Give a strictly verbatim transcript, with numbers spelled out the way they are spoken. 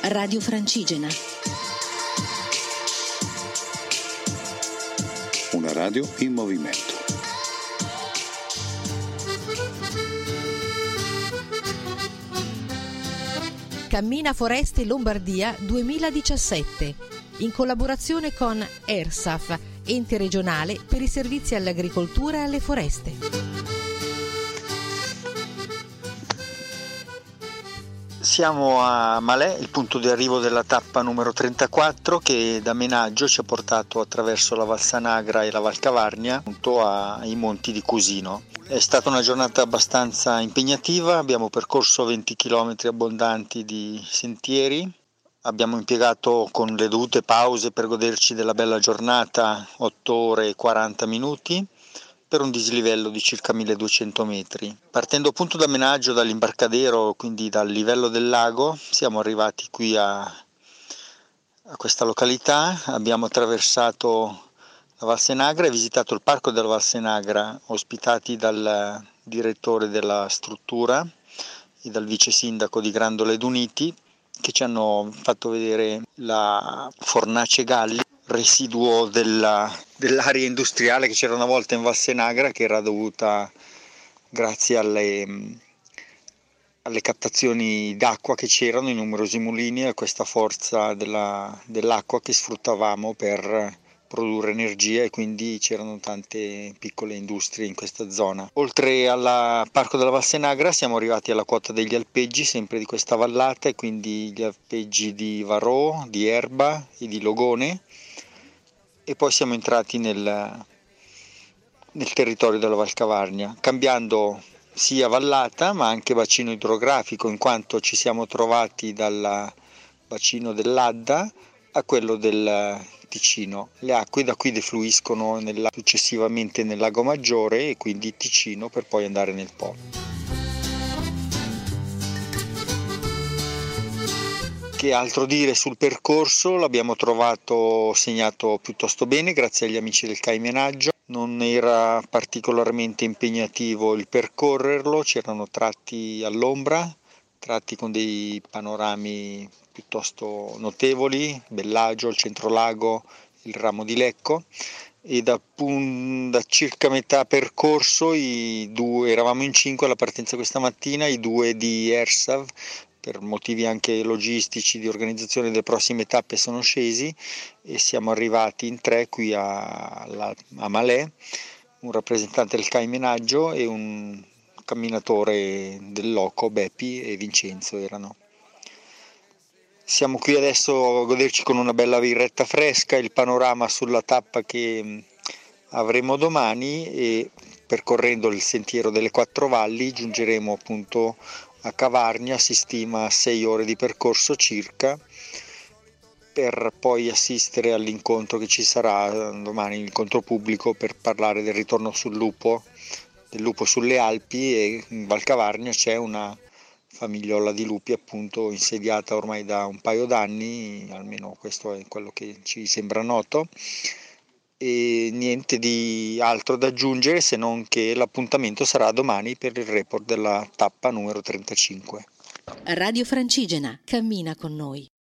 Radio Francigena. Una radio in movimento. Cammina Foreste Lombardia duemiladiciassette, in collaborazione con ERSAF, ente regionale per i servizi all'agricoltura e alle foreste. Siamo a Malè, il punto di arrivo della tappa numero trentaquattro, che da Menaggio ci ha portato attraverso la Valsanagra e la Valcavarnia appunto ai monti di Cusino. È stata una giornata abbastanza impegnativa, abbiamo percorso venti chilometri abbondanti di sentieri, abbiamo impiegato con le dovute pause per goderci della bella giornata otto ore e quaranta minuti per un dislivello di circa milleduecento metri. Partendo appunto da Menaggio, dall'imbarcadero, quindi dal livello del lago, siamo arrivati qui a, a questa località, abbiamo attraversato la Valsenagra e visitato il parco della Valsenagra, ospitati dal direttore della struttura e dal vice sindaco di Grandole d'Uniti, che ci hanno fatto vedere la fornace Galli, residuo della, dell'area industriale che c'era una volta in Valsenagra, che era dovuta grazie alle, alle captazioni d'acqua che c'erano, i numerosi mulini, e a questa forza della, dell'acqua che sfruttavamo per produrre energia, e quindi c'erano tante piccole industrie in questa zona. Oltre al parco della Valsenagra siamo arrivati alla quota degli alpeggi, sempre di questa vallata, e quindi gli alpeggi di Varò, di Erba e di Logone, e poi siamo entrati nel, nel territorio della Valcavarnia, cambiando sia vallata ma anche bacino idrografico, in quanto ci siamo trovati dal bacino dell'Adda a quello del Ticino. Le acque da qui defluiscono nella, successivamente nel Lago Maggiore e quindi Ticino, per poi andare nel Po. Che altro dire sul percorso? L'abbiamo trovato segnato piuttosto bene grazie agli amici del C A I Menaggio. Non era particolarmente impegnativo il percorrerlo, c'erano tratti all'ombra, tratti con dei panorami piuttosto notevoli, Bellagio, il centrolago, il ramo di Lecco, e da, da circa metà percorso i due, eravamo in cinque alla partenza questa mattina, i due di ERSAV per motivi anche logistici di organizzazione delle prossime tappe sono scesi e siamo arrivati in tre qui a, a Malè, un rappresentante del C A I Menaggio e un camminatore del loco, Beppi e Vincenzo erano. Siamo qui adesso a goderci con una bella birretta fresca il panorama sulla tappa che avremo domani, e percorrendo il sentiero delle Quattro Valli giungeremo appunto a Cavarnia, si stima sei ore di percorso circa, per poi assistere all'incontro che ci sarà domani, l'incontro pubblico per parlare del ritorno sul lupo, del lupo sulle Alpi, e in Valcavarnia c'è una famigliola di lupi appunto insediata ormai da un paio d'anni, almeno questo è quello che ci sembra noto, e niente di altro da aggiungere se non che l'appuntamento sarà domani per il report della tappa numero trentacinque. Radio Francigena, cammina con noi.